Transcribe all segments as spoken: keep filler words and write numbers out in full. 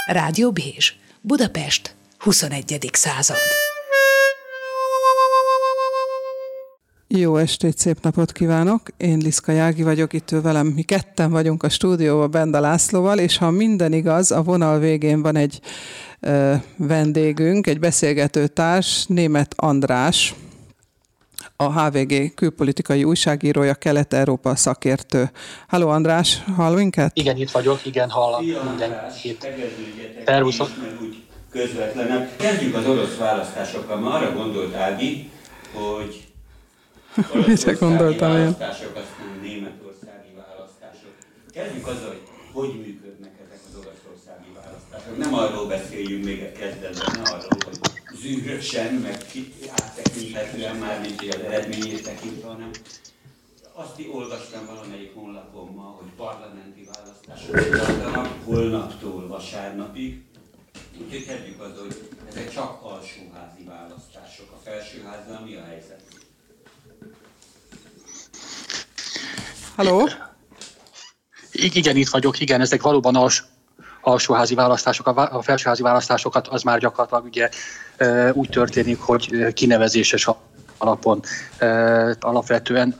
Rádió Bézs, Budapest, huszonegyedik század. Jó estét, szép napot kívánok! Én Liszka Jági vagyok, itt ő velem, mi ketten vagyunk a stúdióban Benda Lászlóval, és ha minden igaz, a vonal végén van egy ö, vendégünk, egy beszélgetőtárs, Németh András, a há vé gé külpolitikai újságírója, Kelet-Európa szakértő. Halló András, hall minket? Igen, itt vagyok, igen, hallom mindenkit. Szervuszok! Közvetlenek. Kezdjük az orosz választásokkal. Ma arra gondolt Ági, hogy oroszországi választások, aztán németországi választások. Kezdjük azzal, hogy hogy működnek ezek az oroszországi választások. Nem arról beszéljünk még a kezdetben, ne arról, hogy zűrösen, meg áttekinthetően már, mint az eredményét tekintve, hanem azt olvastam valamelyik honlapon ma, hogy parlamenti választások tartanak holnaptól vasárnapig. Úgyhogy kezdjük azzal, hogy ezek csak alsóházi választások. A felsőházzal mi a helyzet? Halló? Igen, itt vagyok, igen, ezek valóban als, alsóházi választások. A felsőházi választásokat az már gyakorlatilag ugye úgy történik, hogy kinevezéses alapon alapvetően...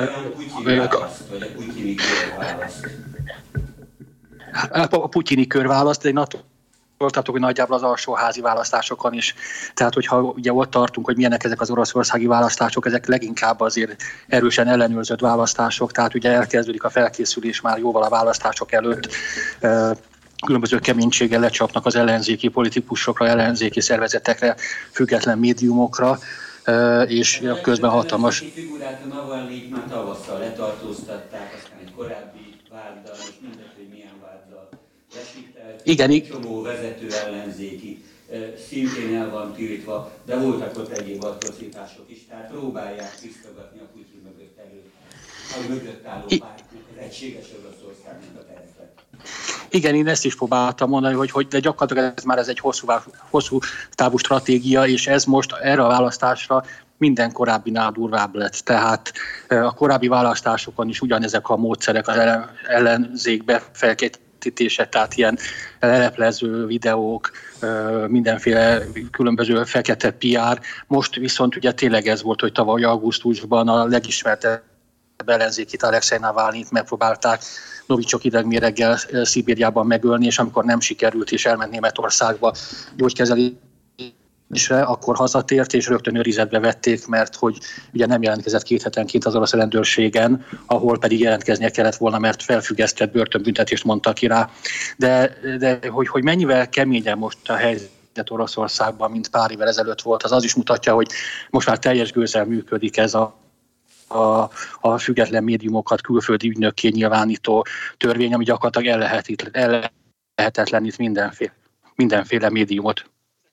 A putyini körválaszt, de én attól tartok, hogy nagyjából az alsóházi választásokon is. Tehát, hogyha ugye ott tartunk, hogy milyenek ezek az oroszországi választások, ezek leginkább azért erősen ellenőrzött választások, tehát ugye elkezdődik a felkészülés már jóval a választások előtt. Különböző keménységgel lecsapnak az ellenzéki politikusokra, ellenzéki szervezetekre, független médiumokra, és közben hatalmas... A figurát a Navalnyit már tavasszal letartóztatták, aztán egy korábbi váddal, és mindegy, hogy milyen váddal lesített. Igen, egy csomó vezető ellenzéki szintén el van tiltva, de voltak ott egyéb atrocitások is, tehát próbálják tisztogatni a Putyin mögött előtt, a mögött álló pártnak, az egységes Oroszországnak a tervet. Igen, én ezt is próbáltam mondani, hogy, hogy de gyakorlatilag ez már ez egy hosszú, hosszú távú stratégia, és ez most erre a választásra minden korábbinál durvább lett. Tehát a korábbi választásokon is ugyanezek a módszerek az ellenzékbe felkészítése, tehát ilyen leleplező videók, mindenféle különböző fekete pé er. Most viszont ugye tényleg ez volt, hogy tavaly augusztusban a legismertebb ellenzékit, Alexej Navalnyit megpróbálták Novicsok idegméreggel Szibériában megölni, és amikor nem sikerült, és elment Németországba gyógykezelésre, akkor hazatért, és rögtön őrizetbe vették, mert hogy ugye nem jelentkezett két hetenként az orosz rendőrségen, ahol pedig jelentkeznie kellett volna, mert felfüggesztett börtönbüntetést mondtak ki rá. De, de hogy, hogy mennyivel keményebb most a helyzet Oroszországban, mint pár évvel ezelőtt volt, az az is mutatja, hogy most már teljes gőzzel működik ez a A, a független médiumokat külföldi ügynökké nyilvánító törvény, ami gyakorlatilag ellehetetlenít mindenféle, mindenféle médiumot.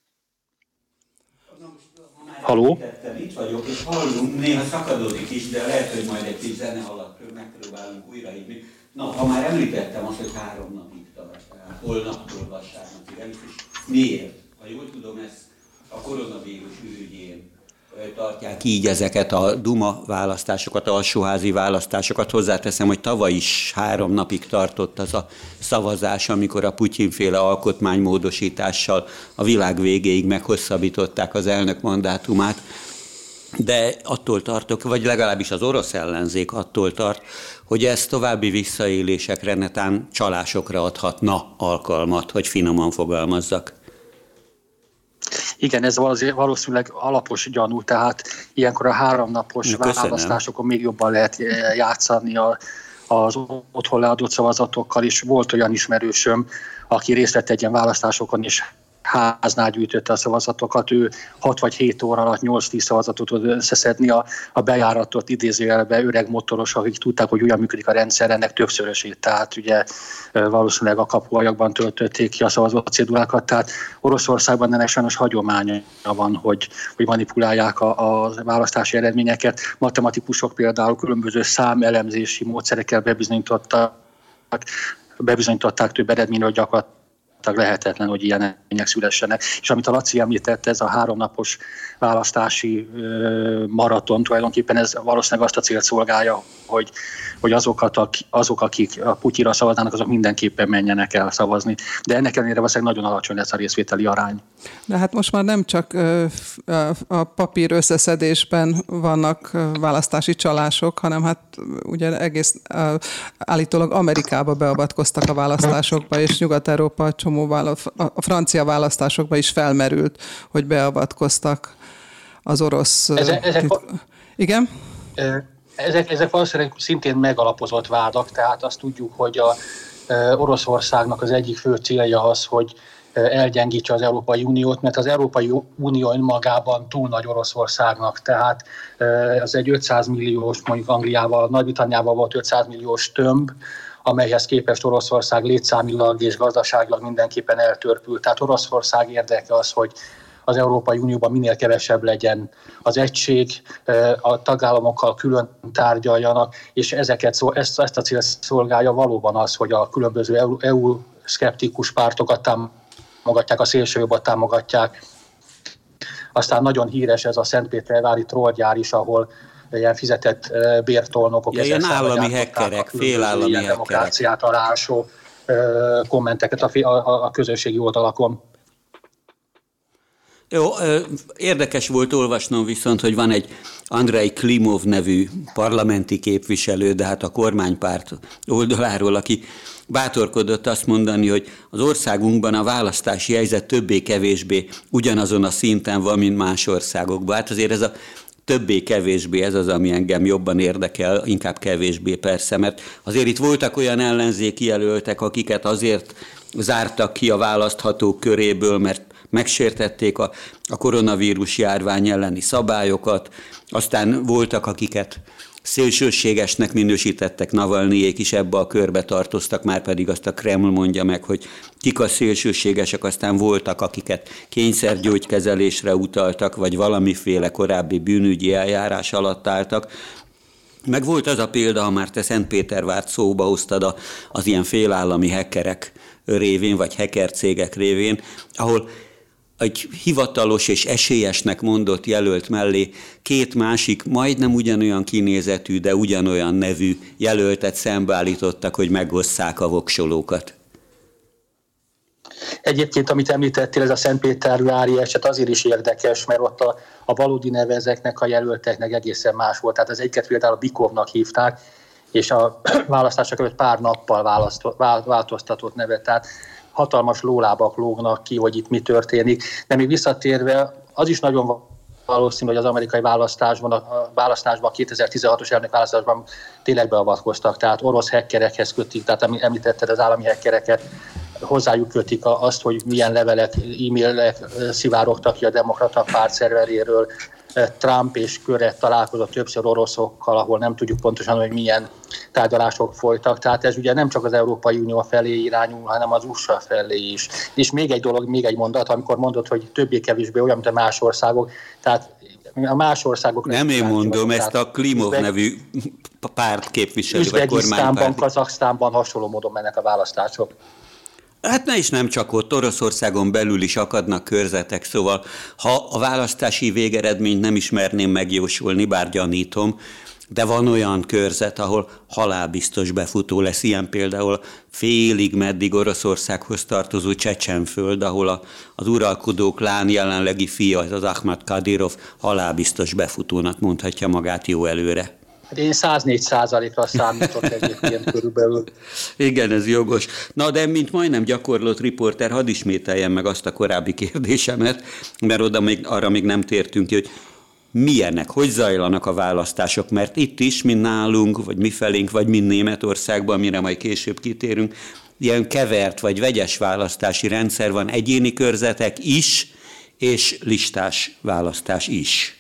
Haló? Itt vagyok, és hallunk, néha szakadozik is, de lehet, hogy majd egy kis zene alatt megpróbálunk újraírni. Na, ha már említettem azt, hogy három napig tart, tehát holnaptól vasárnapig, és miért? Ha jól tudom, ez a koronavírus ürügyén tartják így ezeket a Duma választásokat, a alsóházi választásokat. Hozzáteszem, hogy tavaly is három napig tartott az a szavazás, amikor a Putyin-féle alkotmánymódosítással a világ végéig meghosszabbították az elnök mandátumát. De attól tartok, vagy legalábbis az orosz ellenzék attól tart, hogy ez további visszaélésekre, netán csalásokra adhatna alkalmat, hogy finoman fogalmazzak. Igen, ez valószínűleg alapos gyanú, tehát ilyenkor a háromnapos választásokon még jobban lehet játszani a, az otthon leadott szavazatokkal is. Volt olyan ismerősöm, aki részt vett egy ilyen választásokon, és háznál gyűjtötte a szavazatokat, ő hat vagy hét óra alatt nyolc-tíz szavazatot tud összeszedni, a, a bejáratot idézőjelbe öreg motoros, akik tudták, hogy olyan működik a rendszer, ennek többszörösét, tehát ugye valószínűleg a kapuajakban töltötték ki a szavazó cédulákat, tehát Oroszországban ennek sajnos hagyománya van, hogy, hogy manipulálják a, a választási eredményeket. Matematikusok például különböző számelemzési módszerekkel bebizonyították, bebizonyították több eredményről, hogy gyakorlatilag lehetetlen, hogy ilyen eredmények szülessenek. És amit a Laci említett, ez a háromnapos választási maraton, tulajdonképpen ez valószínűleg azt a célt szolgálja, hogy, hogy azokat, azok, akik a Putyinra szavaznának, azok mindenképpen menjenek el szavazni. De ennek ellenére valószínűleg nagyon alacsony lesz a részvételi arány. De hát most már nem csak a papír összeszedésben vannak választási csalások, hanem hát ugye egész állítólag Amerikába beavatkoztak a választásokba, és Nyugat-Európa csomó vála- a francia választásokba is felmerült, hogy beavatkoztak az orosz... Ezek, ezek, Igen? Ezek, ezek valószínűleg szintén megalapozott vádak, tehát azt tudjuk, hogy a Oroszországnak az egyik fő célja az, hogy elgyengítse az Európai Uniót, mert az Európai Unió önmagában túl nagy Oroszországnak, tehát az egy ötszáz milliós, mondjuk Angliával, Nagy-Britanniával volt ötszáz milliós tömb, amelyhez képest Oroszország létszámilag és gazdaságilag mindenképpen eltörpült. Tehát Oroszország érdeke az, hogy az Európai Unióban minél kevesebb legyen az egység, a tagállamokkal külön tárgyaljanak, és ezeket, ezt, ezt a célt szolgálja valóban az, hogy a különböző é u-szkeptikus pártokat támogatják, a szélsőjobbat támogatják. Aztán nagyon híres ez a Szentpétervári trollgyár is, ahol ilyen fizetett bértolnokok, ja, ilyen állami hekkerek, félállami hekkerek. Demokráciát alásó kommenteket a, a, a közösségi oldalakon. Jó, érdekes volt olvasnom viszont, hogy van egy Andrei Klimov nevű parlamenti képviselő, de hát a kormánypárt oldaláról, aki bátorkodott azt mondani, hogy az országunkban a választási helyzet többé-kevésbé ugyanazon a szinten van, mint más országokban. Hát azért ez a többé-kevésbé ez az, ami engem jobban érdekel, inkább kevésbé persze, mert azért itt voltak olyan ellenzéki jelöltek, akiket azért zártak ki a választhatók köréből, mert megsértették a, a koronavírus járvány elleni szabályokat, aztán voltak, akiket szélsőségesnek minősítettek, Navalnyék is ebbe a körbe tartoztak, már pedig azt a Kreml mondja meg, hogy kik a szélsőségesek, aztán voltak, akiket kényszergyógykezelésre utaltak, vagy valamiféle korábbi bűnügyi eljárás alatt álltak. Meg volt az a példa, ha már te Szentpétervárt szóba hoztad az ilyen félállami hackerek révén, vagy hacker cégek révén, ahol egy hivatalos és esélyesnek mondott jelölt mellé két másik, majdnem ugyanolyan kinézetű, de ugyanolyan nevű jelöltet szembeállítottak, hogy megosszák a voksolókat. Egyébként, amit említettél, ez a Szentpétervári eset azért is érdekes, mert ott a, a valódi neve ezeknek a jelölteknek egészen más volt. Tehát az egyiket például a Bikovnak hívták, és a választások előtt pár nappal változtatott nevet. Tehát hatalmas lólábak lógnak ki, hogy itt mi történik. De még visszatérve, az is nagyon valószínű, hogy az amerikai választásban, a választásban, a kétezer-tizenhatos elnök választásban tényleg beavatkoztak. Tehát orosz hackerekhez kötik, tehát említetted az állami hackereket, hozzájuk kötik azt, hogy milyen levelek, e-mailek szivárogtak ki a demokrata párt szerveréről. Trump és Köre találkozott többször oroszokkal, ahol nem tudjuk pontosan, hogy milyen tárgyalások folytak. Tehát ez ugye nem csak az Európai Unió felé irányul, hanem az u es á felé is. És még egy dolog, még egy mondat, amikor mondod, hogy többé-kevésbé olyan, mint a más országok. Tehát a más országok... Nem én mondom, ezt a Klimov nevű párt képviselő, vagy kormánypárt. Üzbegisztánban, Kazaksztánban hasonló módon mennek a választások. Hát ne is nem csak ott, Oroszországon belül is akadnak körzetek, szóval ha a választási végeredményt nem ismerném megjósolni, bár gyanítom, de van olyan körzet, ahol halálbiztos befutó lesz, ilyen például félig meddig Oroszországhoz tartozó Csecsenföld, ahol a, az uralkodó klán jelenlegi fia, az Ahmad Kadyrov halálbiztos befutónak mondhatja magát jó előre. Én száznégy százalékra számítok egyébként körülbelül. Igen, ez jogos. Na, de mint majdnem gyakorlott riporter, hadd ismételjem meg azt a korábbi kérdésemet, mert oda még, arra még nem tértünk ki, hogy milyenek, hogy zajlanak a választások, mert itt is, mint nálunk, vagy mi felénk, vagy mint Németországban, mire majd később kitérünk, ilyen kevert vagy vegyes választási rendszer van, egyéni körzetek is, és listás választás is.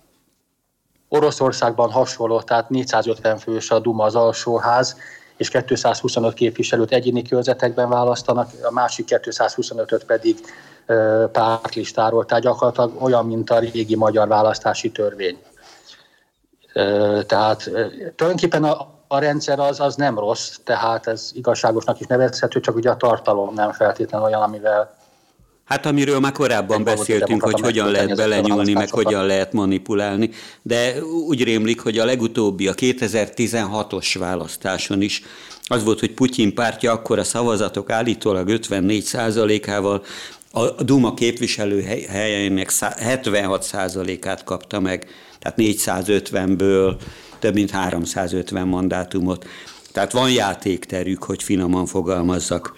Oroszországban hasonló, tehát négyszázötven fős a Duma, az alsóház, és kétszázhuszonöt képviselőt egyéni körzetekben választanak, a másik kétszázhuszonötöt pedig ö, pártlistáról, tehát gyakorlatilag olyan, mint a régi magyar választási törvény. Ö, tehát ö, tulajdonképpen a, a rendszer az, az nem rossz, tehát ez igazságosnak is nevezhető, csak ugye a tartalom nem feltétlenül olyan, amivel... Hát amiről már korábban beszéltünk, hogy hogyan lehet belenyúlni, meg hogyan lehet manipulálni, de úgy rémlik, hogy a legutóbbi, a kétezer-tizenhatos választáson is az volt, hogy Putyin pártja akkor a szavazatok állítólag ötvennégy százalékával a Duma képviselő helyének hetvenhat százalékát kapta meg, tehát négyszázötvenből több mint háromszázötven mandátumot. Tehát van játékterük, hogy finoman fogalmazzak.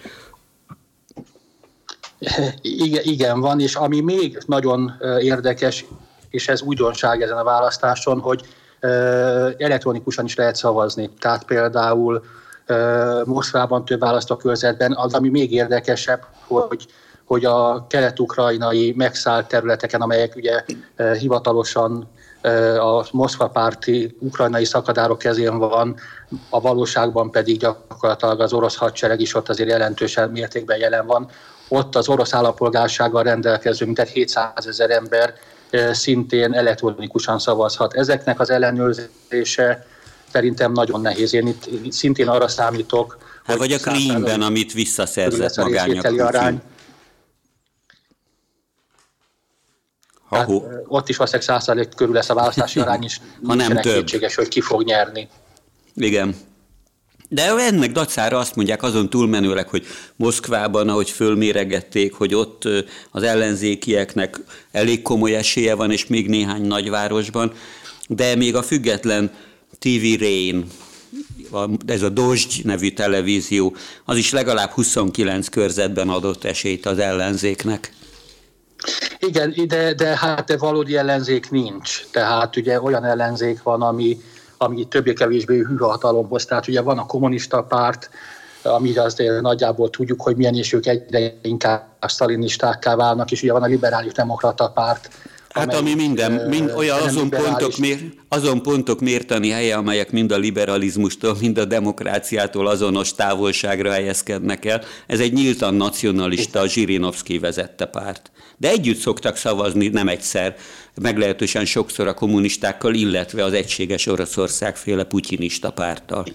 Igen, igen, van, és ami még nagyon érdekes, és ez újdonság ezen a választáson, hogy elektronikusan is lehet szavazni. Tehát például Moszkvában több választókörzetben az, ami még érdekesebb, hogy, hogy a kelet-ukrajnai megszállt területeken, amelyek ugye hivatalosan a Moszkva párti ukrajnai szakadárok kezén van, a valóságban pedig gyakorlatilag az orosz hadsereg is ott azért jelentősen mértékben jelen van. Ott az orosz állampolgársággal rendelkező mintegy hétszázezer ember szintén elektronikusan szavazhat. Ezeknek az ellenőrzése szerintem nagyon nehéz. Én itt szintén arra számítok, hát vagy a Krímben, amit visszaszerzett magánynak. Hát, ott is valószínűleg száz százalék körül lesz a választási arány is, nincsenek kétséges, hogy ki fog nyerni. Igen. De ennek dacára azt mondják azon túlmenőleg, hogy Moszkvában, ahogy fölméregették, hogy ott az ellenzékieknek elég komoly esélye van, és még néhány nagyvárosban, de még a független té vé Rain, ez a Dozsgy nevű televízió, az is legalább huszonkilenc körzetben adott esélyt az ellenzéknek. Igen, de, de hát de valódi ellenzék nincs. Tehát ugye olyan ellenzék van, ami, ami többé-kevésbé hű a hatalomhoz. Tehát ugye van a kommunista párt, ami azért nagyjából tudjuk, hogy milyen, és ők egyre inkább sztalinistákká válnak, és ugye van a liberális demokrata párt. Hát ami minden, mind olyan azon pontok, mér, azon pontok mértani helye, amelyek mind a liberalizmustól, mind a demokráciától azonos távolságra helyezkednek el. Ez egy nyíltan nacionalista, Zsirinovszky vezette párt. De együtt szoktak szavazni, nem egyszer, meglehetősen sokszor a kommunistákkal, illetve az Egységes Oroszország féle putyinista párttal.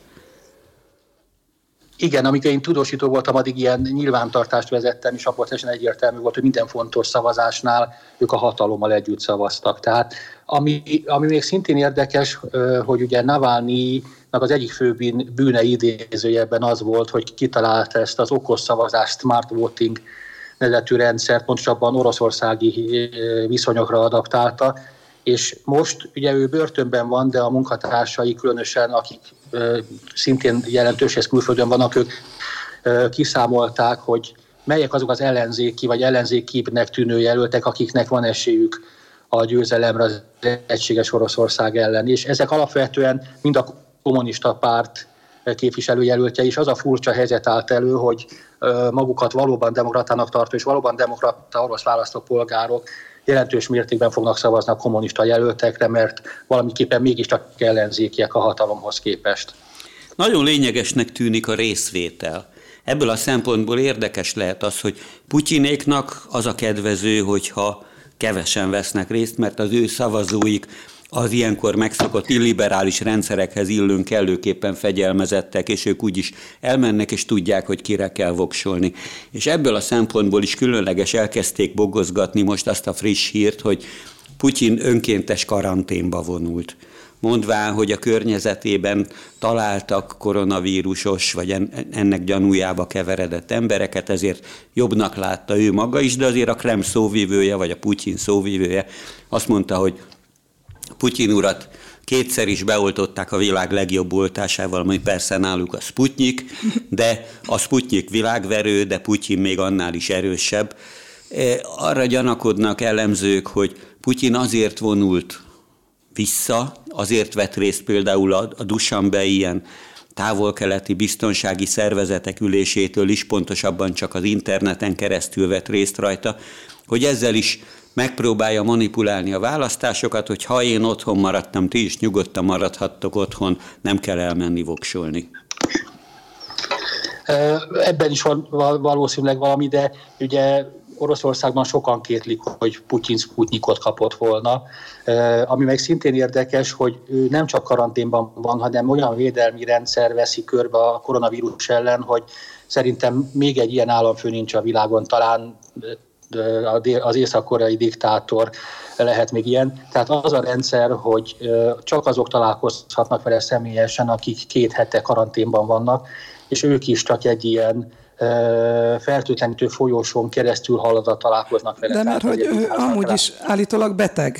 Igen, amikor én tudósító voltam, addig ilyen nyilvántartást vezettem, és akkor teljesen egyértelmű volt, hogy minden fontos szavazásnál ők a hatalommal együtt szavaztak. Tehát ami, ami még szintén érdekes, hogy ugye Navalnynak az egyik fő bűne idézőjebben az volt, hogy kitalálta ezt az okos szavazást, smart voting nevezetű rendszert, pontosabban oroszországi viszonyokra adaptálta, és most ugye ő börtönben van, de a munkatársai különösen, akik ö, szintén jelentős, és külföldön vannak, ők ö, kiszámolták, hogy melyek azok az ellenzéki vagy ellenzékibbnek tűnő jelöltek, akiknek van esélyük a győzelemre az Egységes Oroszország ellen. És ezek alapvetően mind a kommunista párt képviselőjelöltje is. Az a furcsa helyzet állt elő, hogy ö, magukat valóban demokratának tartó és valóban demokrata orosz választópolgárok jelentős mértékben fognak szavazni a kommunista jelöltekre, mert valamiképpen mégiscsak ellenzékiek a hatalomhoz képest. Nagyon lényegesnek tűnik a részvétel. Ebből a szempontból érdekes lehet az, hogy Putyinéknak az a kedvező, hogyha kevesen vesznek részt, mert az ő szavazóik az ilyenkor megszokott illiberális rendszerekhez illőn kellőképpen fegyelmezettek, és ők úgyis elmennek, és tudják, hogy kire kell voksolni. És ebből a szempontból is különleges elkezdték bogozgatni most azt a friss hírt, hogy Putyin önkéntes karanténba vonult. Mondván, hogy a környezetében találtak koronavírusos, vagy ennek gyanújába keveredett embereket, ezért jobbnak látta ő maga is, de azért a Kreml szóvivője, vagy a Putyin szóvivője azt mondta, hogy Putyin urat kétszer is beoltották a világ legjobb oltásával, ami persze náluk a Sputnik, de a Sputnik világverő, de Putyin még annál is erősebb. Arra gyanakodnak elemzők, hogy Putyin azért vonult vissza, azért vett részt például a, a Dushanbei ilyen távol-keleti biztonsági szervezetek ülésétől is, pontosabban csak az interneten keresztül vett részt rajta, hogy ezzel is megpróbálja manipulálni a választásokat, hogy ha én otthon maradtam, ti is nyugodtan maradhattok otthon, nem kell elmenni voksolni. Ebben is van valószínűleg valami, de ugye Oroszországban sokan kétlik, hogy Putyin Sputnikot kapott volna. Ami meg szintén érdekes, hogy ő nem csak karanténban van, hanem olyan védelmi rendszer veszi körbe a koronavírus ellen, hogy szerintem még egy ilyen államfő nincs a világon, talán az észak-koreai diktátor lehet még ilyen. Tehát az a rendszer, hogy csak azok találkozhatnak vele személyesen, akik két hete karanténban vannak, és ők is csak egy ilyen fertőtlenítő folyósón keresztül haladva találkoznak vele. De mert hogy ő amúgy is állítólag beteg.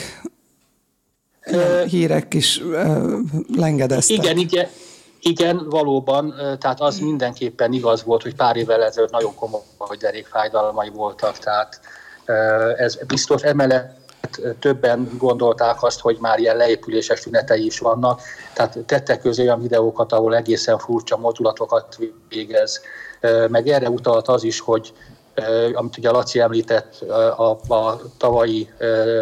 Ilyen hírek is lengedeztek. Igen, igen. Igen, valóban, tehát az mindenképpen igaz volt, hogy pár évvel ezelőtt nagyon komoly derékfájdalmai voltak, tehát ez biztos. Emellett többen gondolták azt, hogy már ilyen leépüléses tünetei is vannak, tehát tettek közé olyan videókat, ahol egészen furcsa mozdulatokat végez, meg erre utalt az is, hogy amit ugye Laci említett, a, a tavalyi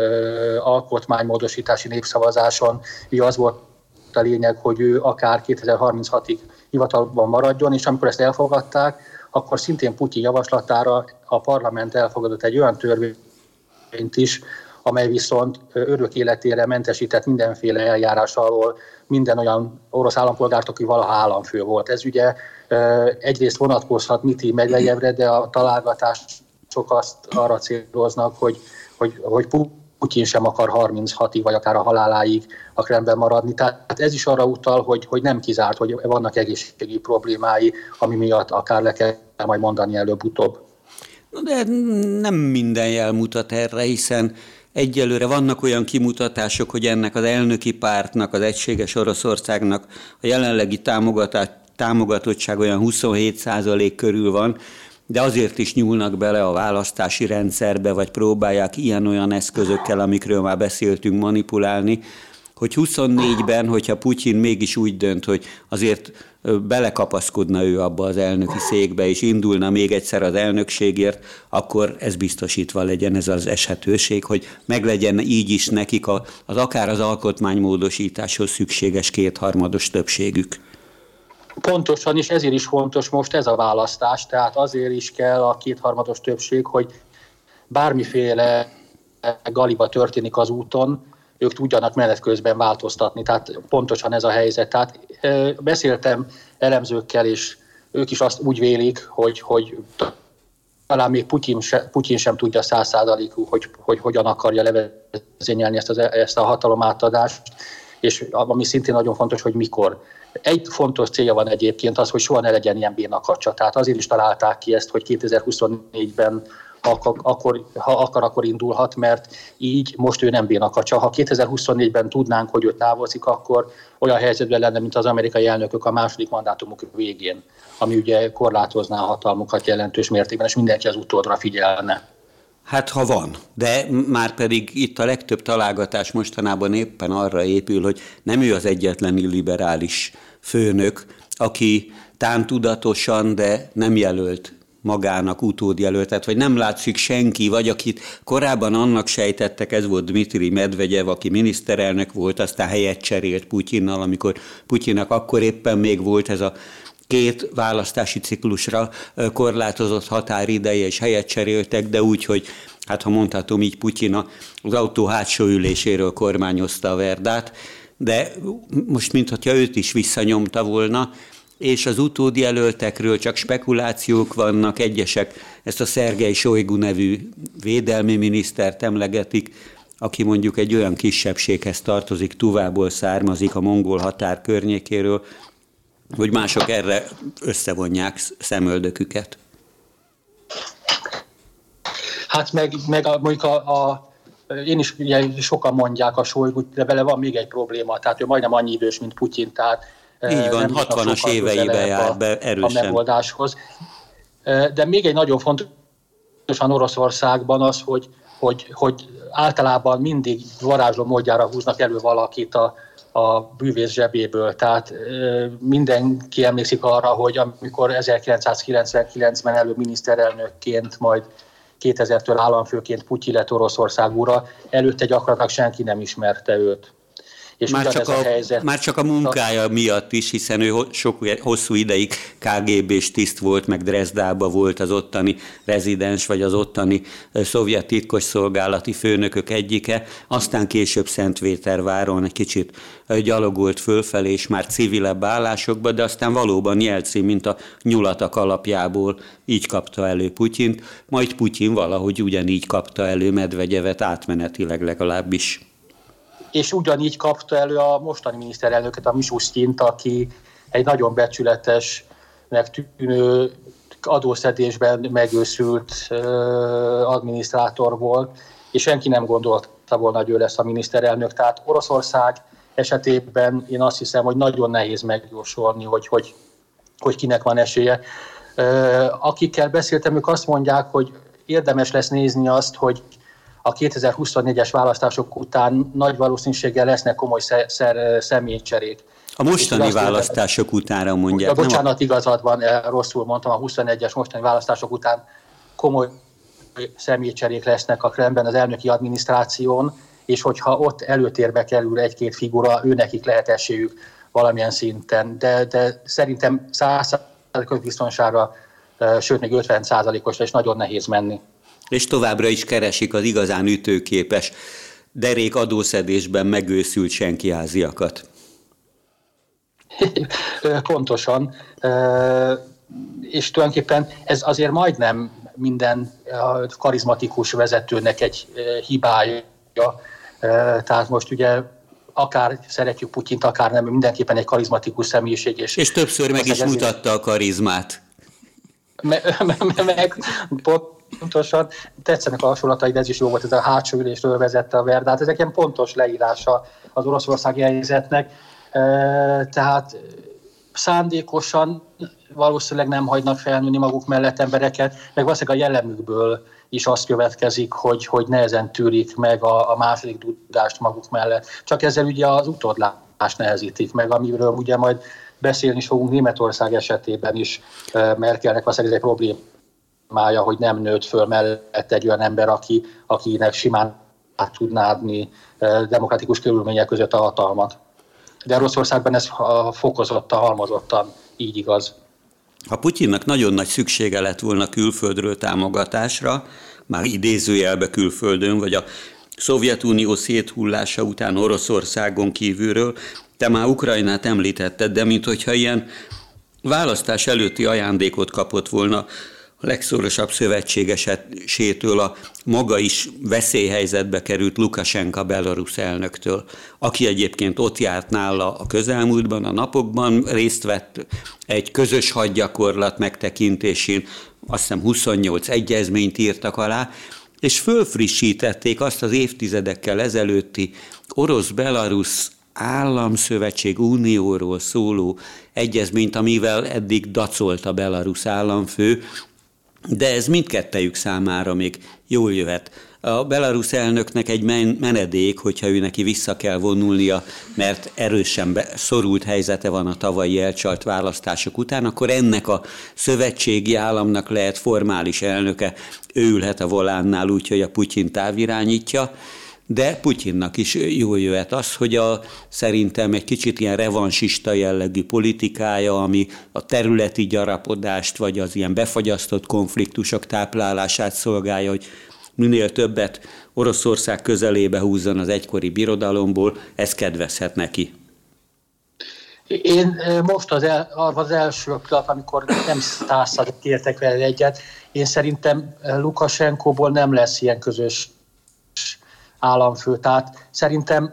alkotmánymódosítási népszavazáson, az volt a lényeg, hogy ő akár kétezer-harminchatig hivatalban maradjon, és amikor ezt elfogadták, akkor szintén Putyin javaslatára a parlament elfogadott egy olyan törvényt is, amely viszont örök életére mentesített mindenféle eljárás alól minden olyan orosz állampolgárt, aki valaha államfő volt. Ez ugye egyrészt vonatkozhat Dmitri Medvegyevre, de a találgatások azt arra céloznak, hogy, hogy, hogy Putyin sem akar harminchatig, vagy akár a haláláig a Kremlben maradni. Tehát ez is arra utal, hogy, hogy nem kizárt, hogy vannak egészségügyi problémái, ami miatt akár le kell majd mondani előbb-utóbb. De nem minden jel mutat erre, hiszen egyelőre vannak olyan kimutatások, hogy ennek az elnöki pártnak, az Egységes Oroszországnak a jelenlegi támogatottság olyan huszonhét százalék körül van, de azért is nyúlnak bele a választási rendszerbe, vagy próbálják ilyen-olyan eszközökkel, amikről már beszéltünk, manipulálni, hogy huszonnégyben, hogyha Putyin mégis úgy dönt, hogy azért belekapaszkodna ő abba az elnöki székbe, és indulna még egyszer az elnökségért, akkor ez biztosítva legyen ez az eshetőség, hogy meglegyen így is nekik a, az akár az alkotmánymódosításhoz szükséges kétharmados többségük. Pontosan, és ezért is fontos most ez a választás, tehát azért is kell a kétharmados többség, hogy bármiféle galiba történik az úton, ők tudjanak menet közben változtatni, tehát pontosan ez a helyzet. Tehát beszéltem elemzőkkel, és ők is azt úgy vélik, hogy, hogy talán még Putyin, se, Putyin sem tudja száz százalékú, hogy, hogy hogyan akarja levezényelni ezt, az, ezt a hatalomátadást, és ami szintén nagyon fontos, hogy mikor. Egy fontos célja van egyébként az, hogy soha ne legyen ilyen bénakacsa. Tehát azért is találták ki ezt, hogy kétezer-huszonnégyben ha akar, ha akar, akkor indulhat, mert így most ő nem bénakacsa. Ha kétezer-huszonnégyben tudnánk, hogy ő távozik, akkor olyan helyzetben lenne, mint az amerikai elnökök a második mandátumuk végén, ami ugye korlátozná a hatalmukat jelentős mértékben, és mindenki az utódra figyelne. Hát ha van, de már pedig itt a legtöbb találgatás mostanában éppen arra épül, hogy nem ő az egyetlen illiberális főnök, aki tán tudatosan, de nem jelölt magának utódjelöltet, vagy nem látszik senki, vagy akit korábban annak sejtettek, ez volt Dmitri Medvegyev, aki miniszterelnök volt, aztán helyet cserélt Putyinnal, amikor Putyinnak akkor éppen még volt ez a két választási ciklusra korlátozott határideje, és helyet cseréltek, de úgy, hogy hát ha mondhatom így, Putyin az autó hátsó üléséről kormányozta a Verdát, de most mintha őt is visszanyomta volna, és az utódjelöltekről csak spekulációk vannak, egyesek ezt a Szergej Sojgu nevű védelmi minisztert emlegetik, aki mondjuk egy olyan kisebbséghez tartozik, Tuvából származik, a mongol határ környékéről, hogy mások erre összevonják szemöldöküket. Hát meg, meg a, mondjuk a, a, én is ugye sokan mondják a Sojgu, de vele van még egy probléma, tehát ő majdnem annyi idős, mint Putyin, tehát így van, hatvanas éveibe járt be erősen. A megoldáshoz. De még egy nagyon fontosan Oroszországban az, hogy, hogy, hogy általában mindig varázsló módjára húznak elő valakit a, a bűvész zsebéből. Tehát mindenki emlékszik arra, hogy amikor ezerkilencszázkilencvenkilencben előbb miniszterelnökként, majd kétezertől államfőként Putyin lett Oroszország ura, előtte gyakorlatilag senki nem ismerte őt. És már, csak a, a helyzet, már csak a munkája a... miatt is, hiszen ő sok, hosszú ideig ká gé bés tiszt volt, meg Dresdába volt az ottani rezidens, vagy az ottani szovjet titkosszolgálati főnökök egyike, aztán később Szentpéterváron egy kicsit gyalogolt fölfelé, és már civilebb állásokba, de aztán valóban Jelcin, mint a nyulatak alapjából így kapta elő Putyint, majd Putyin valahogy ugyanígy kapta elő Medvegyevet, átmenetileg legalábbis. És ugyanígy kapta elő a mostani miniszterelnöket, a Mishustint, aki egy nagyon becsületesnek tűnő adószedésben megőszült uh, adminisztrátor volt, és senki nem gondolta volna, hogy ő lesz a miniszterelnök. Tehát Oroszország esetében én azt hiszem, hogy nagyon nehéz megjósolni, hogy, hogy, hogy kinek van esélye. Uh, akikkel beszéltem, ők azt mondják, hogy érdemes lesz nézni azt, hogy a kétezer-huszonnégyes választások után nagy valószínűséggel lesznek komoly személycserék. A mostani választások utánra mondják. A, bocsánat, igazad van, rosszul mondtam, a huszonegyes mostani választások után komoly személycserék lesznek a Kremlben, az elnöki adminisztráción, és hogyha ott előtérbe kerül egy-két figura, ő nekik lehet esélyük valamilyen szinten. De, de szerintem száz százalékos biztonságra, sőt még ötven százalékosra is nagyon nehéz menni. És továbbra is keresik az igazán ütőképes, derék adószedésben megőszült senkiháziakat. Pontosan. És tulajdonképpen ez azért majdnem minden karizmatikus vezetőnek egy hibája. Tehát most ugye akár szeretjük Putyint, akár nem, mindenképpen egy karizmatikus személyiség. És, és többször meg is mutatta a karizmát. Meg, meg pontosan, tetszenek a hasonlataid, ez is jó volt, ez a hátsó ülésről vezette a Verdát, ezek ilyen pontos leírása az oroszországi helyzetnek, tehát szándékosan valószínűleg nem hagynak felnőni maguk mellett embereket, meg valószínűleg a jellemükből is azt következik, hogy, hogy nehezen tűrik meg a, a második tudást maguk mellett. Csak ezzel ugye az utódlást nehezítik meg, amiről ugye majd beszélni is fogunk Németország esetében is, Merkelnek valószínűleg egy problémája, hogy nem nőtt föl mellett egy olyan ember, aki, akinek simán át tudná adni demokratikus körülmények között a hatalmat. De Oroszországban ez fokozottan, halmozottan így igaz. Ha Putyinnak nagyon nagy szüksége lett volna külföldről támogatásra, már idézőjelbe külföldön, vagy a Szovjetunió széthullása után Oroszországon kívülről, te már Ukrajnát említetted, de minthogyha ilyen választás előtti ajándékot kapott volna a legszorosabb szövetségesétől, a maga is veszélyhelyzetbe került Lukasenka belarusz elnöktől, aki egyébként ott járt nála a közelmúltban, a napokban, részt vett egy közös hadgyakorlat megtekintésén, azt hiszem huszonnyolc egyezményt írtak alá, és fölfrissítették azt az évtizedekkel ezelőtti orosz-belarusz államszövetség unióról szóló egyezményt, amivel eddig dacolt a belarusz államfő, de ez mindkettejük számára még jól jöhet. A belarusz elnöknek egy menedék, hogyha ő neki vissza kell vonulnia, mert erősen be, szorult helyzete van a tavalyi elcsalt választások után, akkor ennek a szövetségi államnak lehet formális elnöke, ő ülhet a volánnál úgy, hogy a Putyin távirányítja, de Putyinnak is jól jöhet az, hogy a, szerintem egy kicsit ilyen revansista jellegű politikája, ami a területi gyarapodást, vagy az ilyen befagyasztott konfliktusok táplálását szolgálja, hogy minél többet Oroszország közelébe húzzon az egykori birodalomból, ez kedvezhet neki. Én most az, el, az első pillanat, amikor nem százszor értek vele egyet, én szerintem Lukasenkóból nem lesz ilyen közös államfő. Tehát szerintem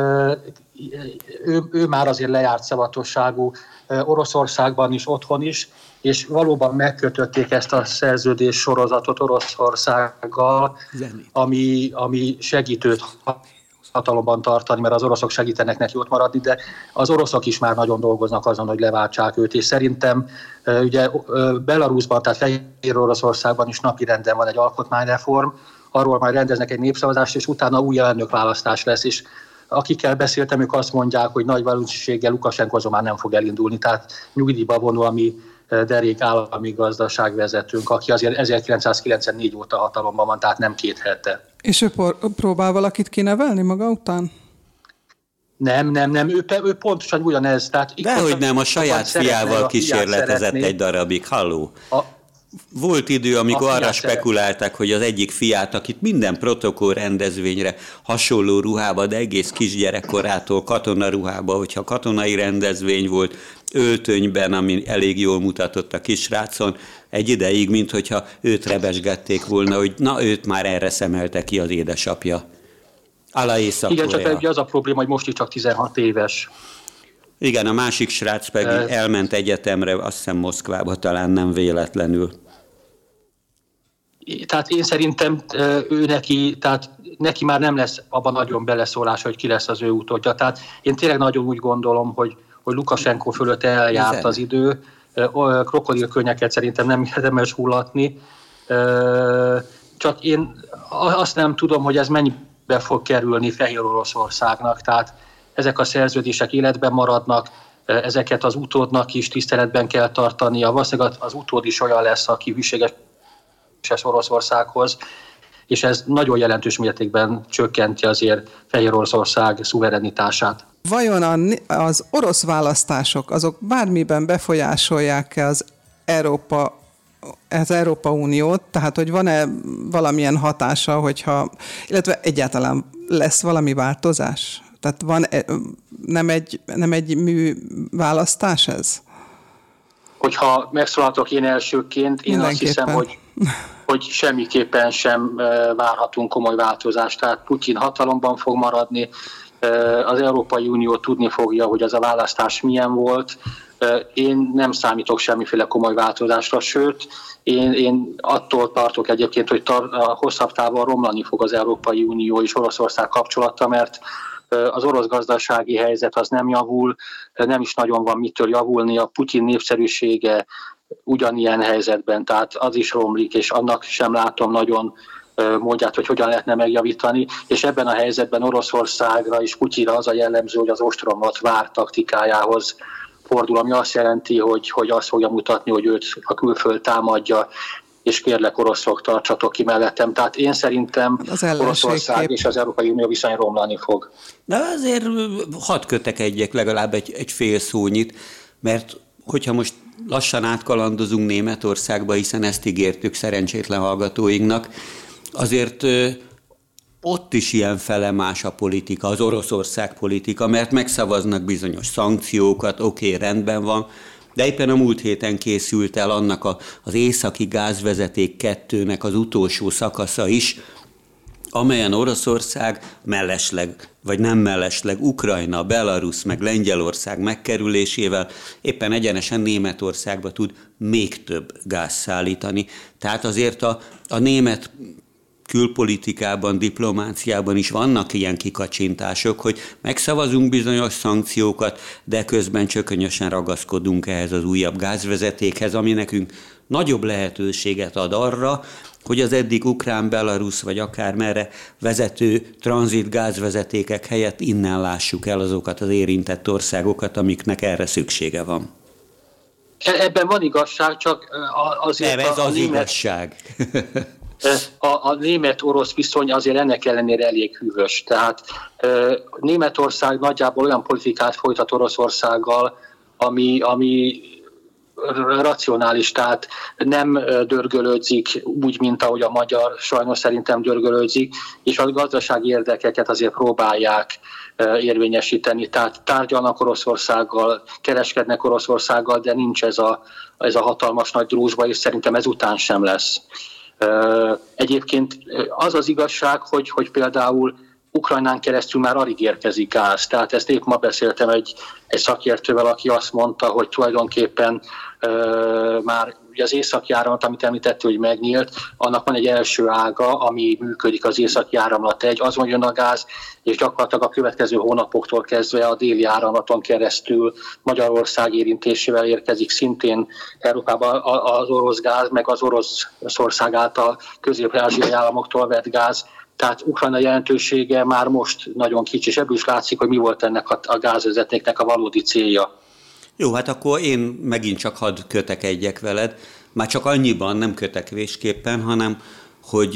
ő, ő már azért lejárt szavatosságú Oroszországban is, otthon is, és valóban megkötötték ezt a szerződés sorozatot Oroszországgal, ami, ami segítőt hatalomban tartani, mert az oroszok segítenek neki ott maradni, de az oroszok is már nagyon dolgoznak azon, hogy leváltsák őt, és szerintem ugye Belarusban, tehát Fehér Oroszországban is napirenden van egy alkotmányreform, arról majd rendeznek egy népszavazást, és utána új elnökválasztás lesz, és akikkel beszéltem, ők azt mondják, hogy nagy valószínűséggel Lukasenko azon már nem fog elindulni, tehát nyugdíjba vonul a mi derék állami gazdaságvezetőnk, aki azért ezerkilencszázkilencvennégy óta hatalomban van, tehát nem két hete. És ő por- próbál valakit kinevelni maga után? Nem, nem, nem, ő, ő pontosan ugyanez. Tehát dehogy nem, a saját fiával kísérletezett egy darabig, halló. A, Volt idő, amikor arra spekulálták, szeret. hogy az egyik fiát, akit minden protokoll rendezvényre hasonló ruhába, de egész kisgyerekkorától katonaruhába, hogyha katonai rendezvény volt, öltönyben, ami elég jól mutatott a kisrácon, egy ideig, minthogyha őt rebesgették volna, hogy na, őt már erre szemelte ki az édesapja. Ala Észak-Korea. Igen, csak az a probléma, hogy most is csak tizenhat éves. Igen, a másik srác pedig Ez... elment egyetemre, azt hiszem Moszkvába, talán nem véletlenül. Tehát én szerintem ő neki, tehát neki már nem lesz abban nagyon beleszólás, hogy ki lesz az ő utódja. Tehát én tényleg nagyon úgy gondolom, hogy, hogy Lukasenko fölött eljárt Ezen. az idő. Krokodilkönnyeket szerintem nem érdemes hullatni. Csak én azt nem tudom, hogy ez mennyibe fog kerülni Fehér Oroszországnak. Tehát ezek a szerződések életben maradnak, ezeket az utódnak is tiszteletben kell tartania. Valószínűleg az utód is olyan lesz, aki hűséges Oroszországhoz, és ez nagyon jelentős mértékben csökkenti azért Fehér Oroszország szuverenitását. Vajon az orosz választások, azok bármiben befolyásolják-e az Európa, az Európa Uniót, tehát hogy van-e valamilyen hatása, hogyha, illetve egyáltalán lesz valami változás? Tehát van, nem egy, nem egy műválasztás ez? Hogyha megszólaltok én elsőként, én azt hiszem, hogy, hogy semmiképpen sem várhatunk komoly változást. Tehát Putyin hatalomban fog maradni, az Európai Unió tudni fogja, hogy az a választás milyen volt. Én nem számítok semmiféle komoly változásra, sőt, én, én attól tartok egyébként, hogy tar- a hosszabb távon romlani fog az Európai Unió és Oroszország kapcsolata, mert az orosz gazdasági helyzet az nem javul, nem is nagyon van mitől javulni, a Putyin népszerűsége ugyanilyen helyzetben, tehát az is romlik, és annak sem látom nagyon módját, hogy hogyan lehetne megjavítani, és ebben a helyzetben Oroszországra és Putyinra az a jellemző, hogy az ostromlott vár taktikájához fordul, ami azt jelenti, hogy, hogy azt fogja mutatni, hogy őt a külföld támadja, és kérlek, oroszok, tartsatok ki mellettem. Tehát én szerintem Oroszország és az Európai Unió viszony romlani fog. De azért hadd kötekedjek legalább egy, egy fél szónyit, mert hogyha most lassan átkalandozunk Németországba, hiszen ezt ígértük szerencsétlen hallgatóinknak, azért ott is ilyen felemás a politika, az Oroszország politika, mert megszavaznak bizonyos szankciókat, oké, okay, rendben van, de éppen a múlt héten készült el annak a, az északi gázvezeték kettőnek az utolsó szakasza is, amelyen Oroszország mellesleg, vagy nem mellesleg Ukrajna, Belarus, meg Lengyelország megkerülésével éppen egyenesen Németországba tud még több gáz szállítani. Tehát azért a, a német külpolitikában, diplomáciában is vannak ilyen kikacsintások, hogy megszavazunk bizonyos szankciókat, de közben csökönyösen ragaszkodunk ehhez az újabb gázvezetékhez, ami nekünk nagyobb lehetőséget ad arra, hogy az eddig ukrán, belarusz vagy akár merre vezető tranzit gázvezetékek helyett innen lássuk el azokat az érintett országokat, amiknek erre szüksége van. Ebben van igazság, csak azért ez a, a az német, igazság. a, a német-orosz viszony azért ennek ellenére elég hűvös. Tehát Németország nagyjából olyan politikát folytat Oroszországgal, ami, ami racionális, tehát nem dörgölődzik úgy, mint ahogy a magyar sajnos szerintem dörgölődzik, és a gazdasági érdekeket azért próbálják érvényesíteni. Tehát tárgyalnak Oroszországgal, kereskednek Oroszországgal, de nincs ez a, ez a hatalmas nagy drúzsba, és szerintem ezután sem lesz. Egyébként az az igazság, hogy, hogy például Ukrajnán keresztül már alig érkezik gáz. Tehát ezt épp ma beszéltem egy, egy szakértővel, aki azt mondta, hogy tulajdonképpen uh, már az északi áramlat, amit említett, hogy megnyílt, annak van egy első ága, ami működik, az északi áramlat egy, azon jön a gáz, és gyakorlatilag a következő hónapoktól kezdve a déli áramlaton keresztül Magyarország érintésével érkezik szintén Európában az orosz gáz, meg az Oroszország által közép-ázsiai államoktól vett gáz. Tehát Ukrajna jelentősége már most nagyon kicsi, és ebből is látszik, hogy mi volt ennek a gázvezetéknek a valódi célja. Jó, hát akkor én megint csak hadd kötekedjek veled, már csak annyiban nem kötekvésképpen, hanem hogy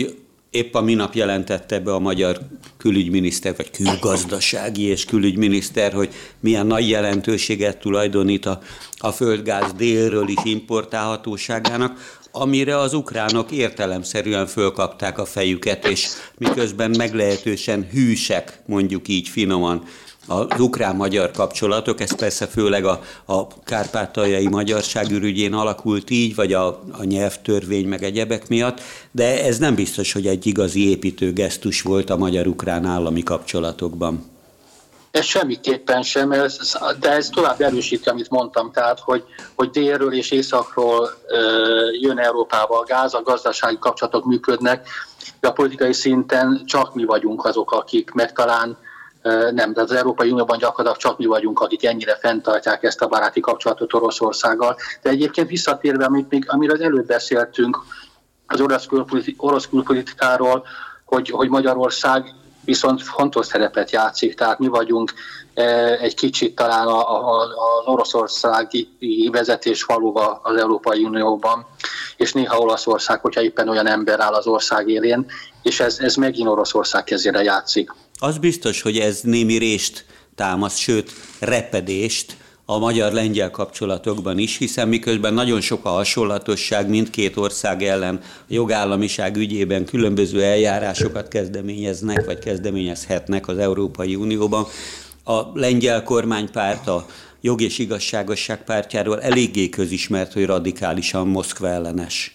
Épp a minap jelentette be a magyar külügyminiszter, vagy külgazdasági és külügyminiszter, hogy milyen nagy jelentőséget tulajdonít a, a földgáz délről is importálhatóságának, amire az ukránok értelemszerűen fölkapták a fejüket, és miközben meglehetősen hűsek, mondjuk így finoman, az ukrán-magyar kapcsolatok, ez persze főleg a, a kárpátaljai magyarság ürügyén alakult így, vagy a, a nyelvtörvény meg egyebek miatt, de ez nem biztos, hogy egy igazi építő gesztus volt a magyar-ukrán állami kapcsolatokban. Ez semmiképpen sem, ez, de ez tovább erősíti, amit mondtam, tehát, hogy, hogy délről és északról jön Európába a gáz, a gazdasági kapcsolatok működnek, de a politikai szinten csak mi vagyunk azok, akik meg talán nem, de az Európai Unióban gyakorlatilag csak mi vagyunk, akik ennyire fenntartják ezt a baráti kapcsolatot Oroszországgal. De egyébként visszatérve, amit még, amiről az előbb beszéltünk, az orosz, külpolitik, orosz külpolitikáról, hogy, hogy Magyarország viszont fontos szerepet játszik, tehát mi vagyunk egy kicsit talán az oroszországi vezetés faluva az Európai Unióban, és néha Olaszország, hogyha éppen olyan ember áll az ország élén, és ez, ez megint Oroszország kezére játszik. Az biztos, hogy ez némi rést támaszt, sőt repedést a magyar-lengyel kapcsolatokban is, hiszen miközben nagyon sok a hasonlatosság mindkét ország ellen a jogállamiság ügyében különböző eljárásokat kezdeményeznek, vagy kezdeményezhetnek az Európai Unióban, a lengyel kormánypárt, a Jog és Igazságosság pártjáról eléggé közismert, hogy radikálisan Moszkva ellenes.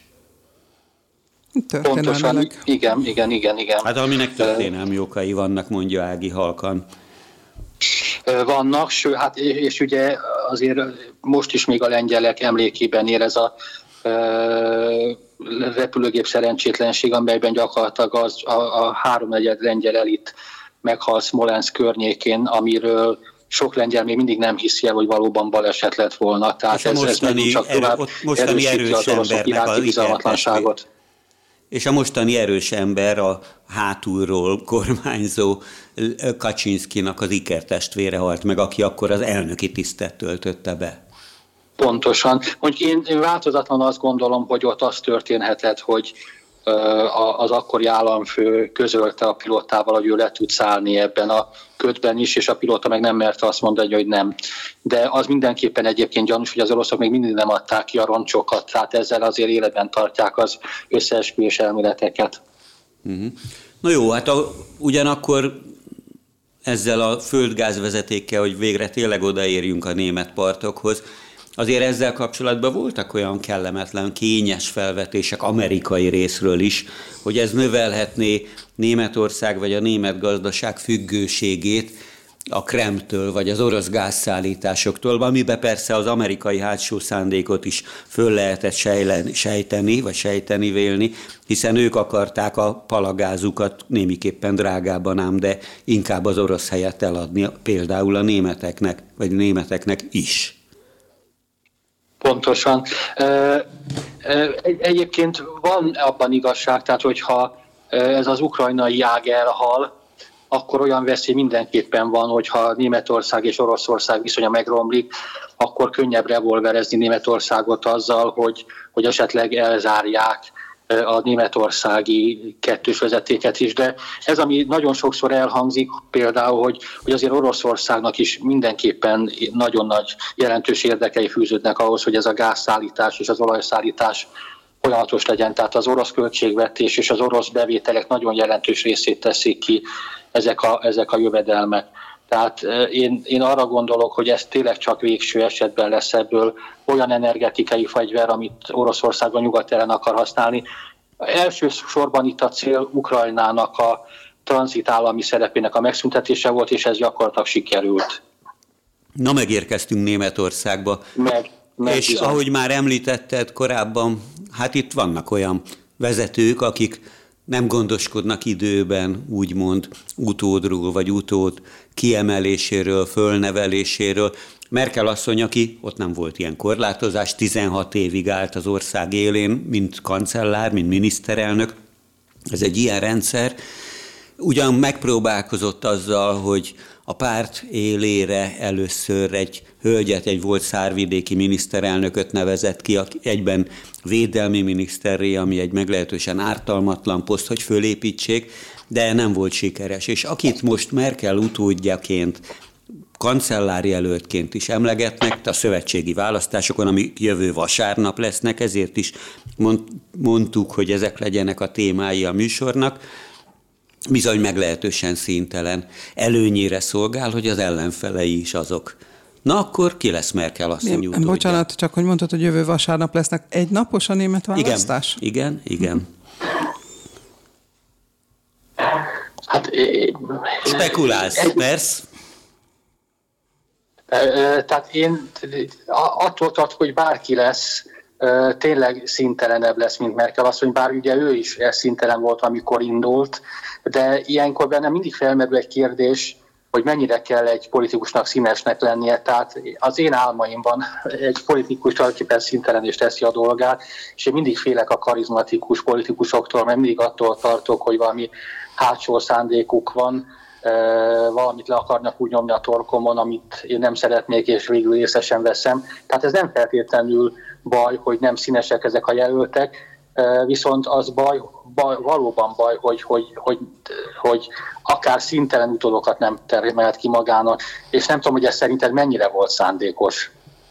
Pontosan, igen, igen, igen, igen. Hát aminek történelmi okai vannak, mondja Ági halkan. Vannak, ső, hát és ugye azért most is még a lengyelek emlékében ér ez a uh, repülőgép szerencsétlenség, amelyben gyakorlatilag az, a, a háromnegyed lengyel elit meghal Szmolenszk környékén, amiről sok lengyel még mindig nem hiszi el, hogy valóban baleset lett volna. Tehát és ez, mostani, ez csak tovább mostani erős embernek a bizalmatlanságot. És a mostani erős ember a hátulról kormányzó Kaczynszkinak az ikertestvére halt meg, aki akkor az elnöki tisztet töltötte be. Pontosan. Mondjuk én, én változatlan azt gondolom, hogy ott az történhetett, hogy az akkori államfő közölte a pilótával, hogy ő le tud szállni ebben a ködben is, és a pilóta meg nem merte azt mondani, hogy nem. De az mindenképpen egyébként gyanús, hogy az oroszok még mindig nem adták ki a roncsokat, tehát ezzel azért életben tartják az összeesküvés elméleteket. Uh-huh. Na jó, hát a, ugyanakkor ezzel a földgázvezetékkel, hogy végre tényleg odaérjünk a német partokhoz, azért ezzel kapcsolatban voltak olyan kellemetlen, kényes felvetések amerikai részről is, hogy ez növelhetné Németország vagy a német gazdaság függőségét a Kremltől vagy az orosz gázszállításoktól, amiben persze az amerikai hátsó szándékot is föl lehetett sejteni, vagy sejteni vélni, hiszen ők akarták a palagázukat némiképpen drágában ám, de inkább az orosz helyett eladni például a németeknek, vagy németeknek is. Pontosan. Egyébként van abban igazság, tehát hogyha ez az ukrajnai ág elhal, akkor olyan veszély mindenképpen van, hogyha Németország és Oroszország viszonya megromlik, akkor könnyebb revolverezni Németországot azzal, hogy, hogy esetleg elzárják a németországi kettős vezetéket is, de ez, ami nagyon sokszor elhangzik, például, hogy, hogy azért Oroszországnak is mindenképpen nagyon nagy jelentős érdekei fűződnek ahhoz, hogy ez a gázszállítás és az olajszállítás folyamatos legyen. Tehát az orosz költségvetés és az orosz bevételek nagyon jelentős részét teszik ki ezek a, ezek a jövedelmek. Tehát én, én arra gondolok, hogy ez tényleg csak végső esetben lesz ebből olyan energetikai fegyver, amit Oroszország a nyugat-ellen akar használni. Elsősorban itt a cél Ukrajnának a tranzitállami szerepének a megszüntetése volt, és ez gyakorlatilag sikerült. Na, megérkeztünk Németországba. Meg, meg és bizony. Ahogy már említetted korábban, hát itt vannak olyan vezetők, akik nem gondoskodnak időben, úgymond utódról vagy utód kiemeléséről, fölneveléséről. Merkel asszony, aki ott nem volt ilyen korlátozás, tizenhat évig állt az ország élén, mint kancellár, mint miniszterelnök. Ez egy ilyen rendszer. ugyan megpróbálkozott azzal, hogy a párt élére először egy hölgyet, egy volt szárvidéki miniszterelnököt nevezett ki, egyben védelmi miniszterré, ami egy meglehetősen ártalmatlan poszt, hogy fölépítsék, de nem volt sikeres. És akit most Merkel utódjaként, kancellárjelöltként is emlegetnek a szövetségi választásokon, amik jövő vasárnap lesznek, ezért is mondtuk, hogy ezek legyenek a témái a műsornak, bizony meglehetősen színtelen. Előnyére szolgál, hogy az ellenfelei is azok. Na akkor ki lesz Merkel asszony utódja? Bocsánat, csak hogy mondtad, hogy jövő vasárnap lesznek egy napos a német választás? Igen, igen, igen. Hát, én... Spekulálsz, persze. Tehát én attól tartok, hogy bárki lesz, tényleg színtelenebb lesz, mint Merkel asszony, bár ugye ő is színtelen volt, amikor indult, de ilyenkor bennem mindig felmerül egy kérdés, hogy mennyire kell egy politikusnak színesnek lennie. Tehát az én álmaimban egy politikus tulajdonképpen színtelen és teszi a dolgát, és én mindig félek a karizmatikus politikusoktól, mert mindig attól tartok, hogy valami hátsó szándékuk van, valamit le akarnak úgy nyomni a torkomon, amit én nem szeretnék, és végül részesen veszem. Tehát ez nem feltétlenül baj, hogy nem színesek ezek a jelöltek, viszont az baj, baj valóban baj, hogy, hogy, hogy, hogy akár színtelen utódokat nem termelt ki magának, és nem tudom, hogy ez szerinted mennyire volt szándékos.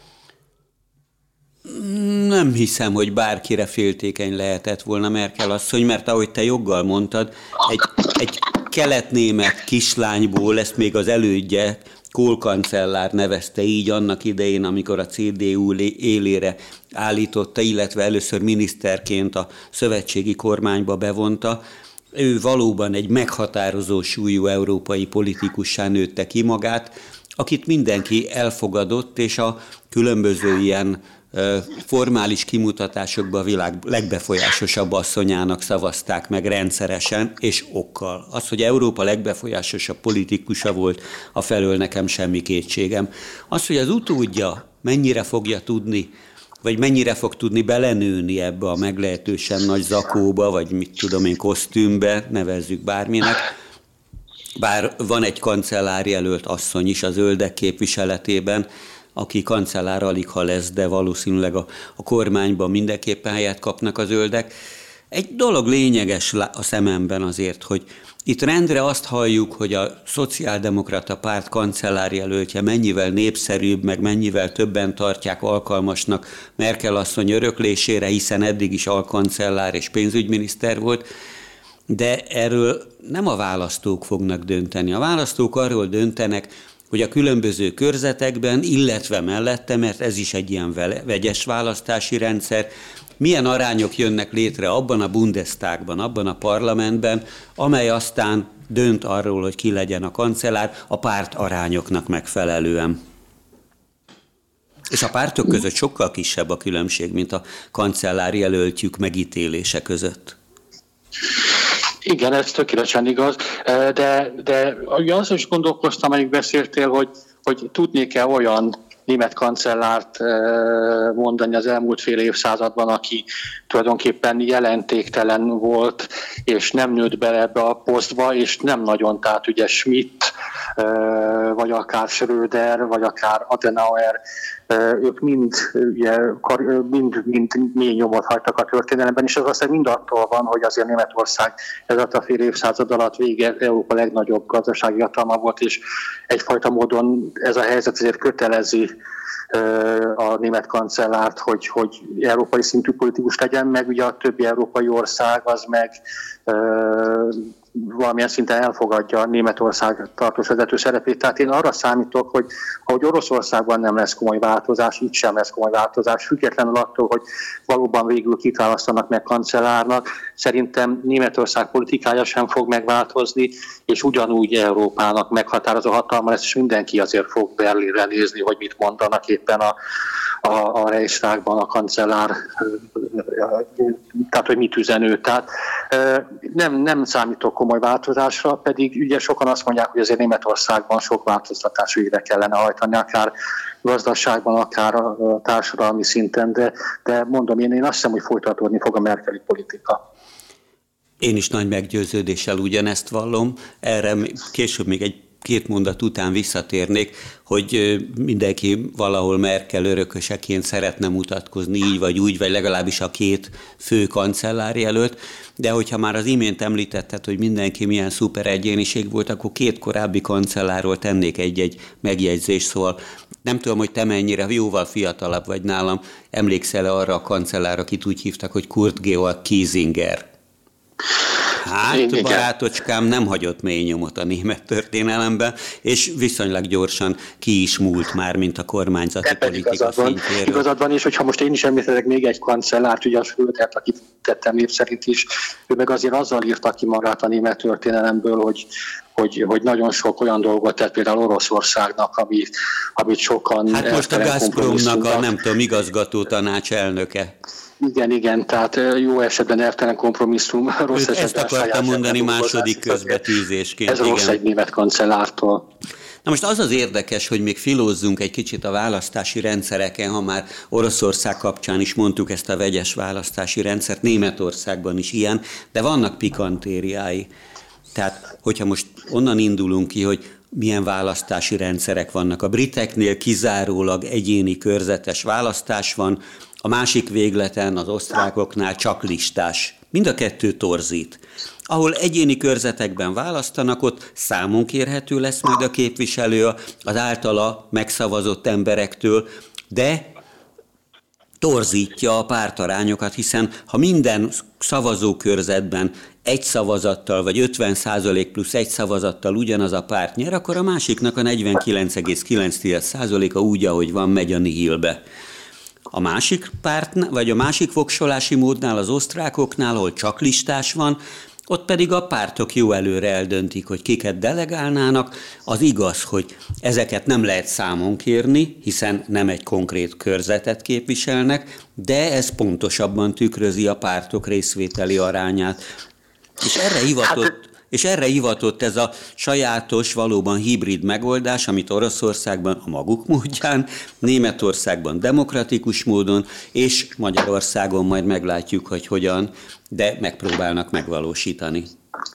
Nem hiszem, hogy bárkire féltékeny lehetett volna Merkel asszony, mert ahogy te joggal mondtad, egy, egy keletnémet kislányból, ezt még az elődje, Kohl kancellár nevezte így annak idején, amikor a cé dé u élére állította, illetve először miniszterként a szövetségi kormányba bevonta. Ő valóban egy meghatározó súlyú európai politikussá nőtte ki magát, akit mindenki elfogadott, és a különböző ilyen formális kimutatásokban a világ legbefolyásosabb asszonyának szavazták meg rendszeresen, és okkal. Az, hogy Európa legbefolyásosabb politikusa volt, afelől nekem semmi kétségem. Az, hogy az utódja mennyire fogja tudni, vagy mennyire fog tudni belenőni ebbe a meglehetősen nagy zakóba, vagy mit tudom én, kosztümbe, nevezzük bárminek, bár van egy kancellárjelölt asszony is a zöldek képviseletében, aki kancellár alig ha lesz, de valószínűleg a, a kormányban mindenképpen helyet kapnak a zöldek. Egy dolog lényeges a szememben azért, hogy itt rendre azt halljuk, hogy a szociáldemokrata párt kancellárjelöltje mennyivel népszerűbb, meg mennyivel többen tartják alkalmasnak Merkel asszony öröklésére, hiszen eddig is alkancellár és pénzügyminiszter volt, de erről nem a választók fognak dönteni. A választók arról döntenek, hogy a különböző körzetekben, illetve mellette, mert ez is egy ilyen vegyes választási rendszer, milyen arányok jönnek létre abban a Bundestagban, abban a parlamentben, amely aztán dönt arról, hogy ki legyen a kancellár, a párt arányoknak megfelelően. És a pártok között sokkal kisebb a különbség, mint a kancellár jelöltjük megítélése között. Igen, ez tökéletesen igaz, de, de azt is gondolkoztam, amíg beszéltél, hogy, hogy tudnék-e olyan német kancellárt mondani az elmúlt fél évszázadban, aki tulajdonképpen jelentéktelen volt, és nem nőtt bele ebbe a posztba, és nem nagyon, tehát ugye Schmidt, vagy akár Schröder, vagy akár Adenauer, ők mind, ugye, mind, mind mély nyomot hagytak a történelemben, és az aztán mind attól van, hogy azért Németország ez a fél évszázad alatt vége Európa legnagyobb gazdasági hatalma volt, és egyfajta módon ez a helyzet azért kötelezi a német kancellárt, hogy, hogy európai szintű politikus legyen, meg ugye a többi európai ország az meg valamilyen szinten elfogadja a Németország tartós vezető szerepét. Tehát én arra számítok, hogy ahogy Oroszországban nem lesz komoly változás, itt sem lesz komoly változás, függetlenül attól, hogy valóban végül kit választanak meg kancellárnak, szerintem Németország politikája sem fog megváltozni, és ugyanúgy Európának meghatározó hatalma lesz, és mindenki azért fog Berlinre nézni, hogy mit mondanak éppen a, a, a Reichstagban a kancellár, tehát hogy mit üzenő. Tehát nem, nem számítok komoly változásra, pedig ugye sokan azt mondják, hogy azért Németországban sok változtatás végre kellene hajtani, akár gazdaságban, akár a társadalmi szinten, de, de mondom, én, én azt hiszem, hogy folytatódni fog a merkeli politika. Én is nagy meggyőződéssel ugyanezt vallom. Erre később még egy két mondat után visszatérnék, hogy mindenki valahol Merkel örököseként szeretne mutatkozni így vagy úgy, vagy legalábbis a két fő kancellárjelölt, de hogyha már az imént említetted, hogy mindenki milyen szuper egyéniség volt, akkor két korábbi kancellárról tennék egy-egy megjegyzést, szóval nem tudom, hogy te mennyire jóval fiatalabb vagy nálam, emlékszel-e arra a kancellárra, akit úgy hívtak, hogy Kurt Georg Kiesinger? Hát, igen. Barátocskám nem hagyott mély nyomot a német történelemben, és viszonylag gyorsan ki is múlt már, mint a kormányzati Ebben politika szintjéről. Igazad van, és hogyha most én is említetek még egy kancellárt, ugye a Schrödert, akit tettem név szerint is, ő meg azért azzal írta ki magát a német történelemből, hogy Hogy, hogy nagyon sok olyan dolgot tett például Oroszországnak, amit, amit sokan... Hát most a Gazpromnak a nem tudom, igazgató tanács elnöke. Igen, igen, tehát jó esetben elvtelen kompromisszum, rossz Őt esetben... Ezt akartam mondani második közbetűzésként. Ez igen. Rossz egy német kancellártól. Na most az az érdekes, hogy még filózzunk egy kicsit a választási rendszereken, ha már Oroszország kapcsán is mondtuk ezt a vegyes választási rendszert, Németországban is ilyen, de vannak pikantériái. Tehát, hogyha most onnan indulunk ki, hogy milyen választási rendszerek vannak. A briteknél kizárólag egyéni körzetes választás van, a másik végleten, az osztrákoknál csak listás. Mind a kettő torzít. Ahol egyéni körzetekben választanak, ott számon kérhető lesz majd a képviselő az általa megszavazott emberektől, de torzítja a pártarányokat, hiszen ha minden szavazókörzetben egy szavazattal, vagy ötven százalék plusz egy szavazattal ugyanaz a párt nyer, akkor a másiknak a negyvenkilenc egész kilenc százaléka úgy, ahogy van, megy a nihilbe. A másik párt, vagy a másik voksolási módnál, az osztrákoknál, ahol csak listás van, ott pedig a pártok jó előre eldöntik, hogy kiket delegálnának. Az igaz, hogy ezeket nem lehet számon kérni, hiszen nem egy konkrét körzetet képviselnek, de ez pontosabban tükrözi a pártok részvételi arányát. És erre hivatott, és erre hivatott ez a sajátos, valóban hibrid megoldás, amit Oroszországban a maguk módján, Németországban demokratikus módon, és Magyarországon majd meglátjuk, hogy hogyan, de megpróbálnak megvalósítani.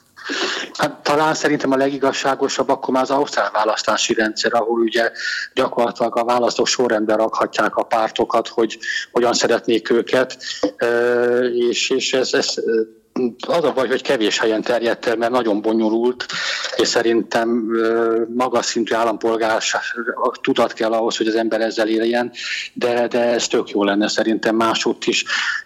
Hát, talán szerintem a legigazságosabb akkor már az ausztrál választási rendszer, ahol ugye gyakorlatilag a választók sorrendben rakhatják a pártokat, hogy hogyan szeretnék őket, és, és ez... ez az a baj, hogy kevés helyen terjedt el, mert nagyon bonyolult, és szerintem magas szintű állampolgárság tudat kell ahhoz, hogy az ember ezzel éljen, de, de ez tök jó lenne szerintem másútt is.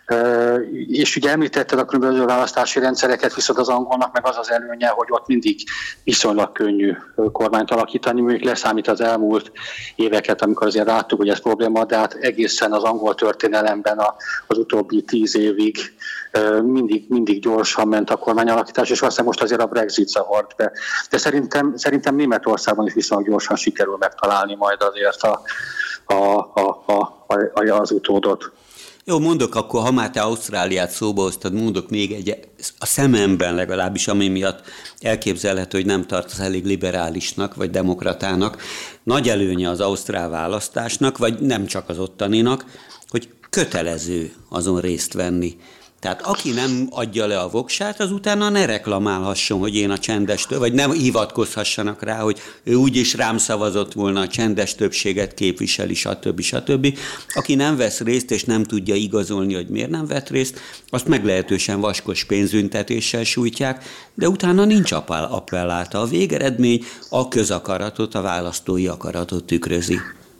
És ugye említetted a különböző választási rendszereket, viszont az angolnak meg az az előnye, hogy ott mindig viszonylag könnyű kormányt alakítani, mondjuk leszámít az elmúlt éveket, amikor azért láttuk, hogy ez probléma, de hát egészen az angol történelemben az utóbbi tíz évig mindig, mindig gyorsan ment a kormányalakítás, és aztán most azért a Brexit zavart be. De szerintem, szerintem Németországban is viszonylag gyorsan sikerül megtalálni majd azért a, a, a, a, a, az utódot. Jó, mondok akkor, ha már te Ausztráliát szóba hoztad, mondok még egy, a szememben legalábbis, ami miatt elképzelhető, hogy nem tartasz elég liberálisnak, vagy demokratának. Nagy előnye az ausztrál választásnak, vagy nem csak az ottaninak, hogy kötelező azon részt venni. Tehát aki nem adja le a voksát, az utána ne reklamálhasson, hogy én a csendes több, vagy nem hivatkozhassanak rá, hogy ő úgyis rám szavazott volna, a csendes többséget képviseli, stb. stb. Aki nem vesz részt, és nem tudja igazolni, hogy miért nem vett részt, azt meglehetősen vaskos pénzbüntetéssel sújtják, de utána nincs appelláta. A végeredmény a közakaratot, a választói akaratot tükrözi.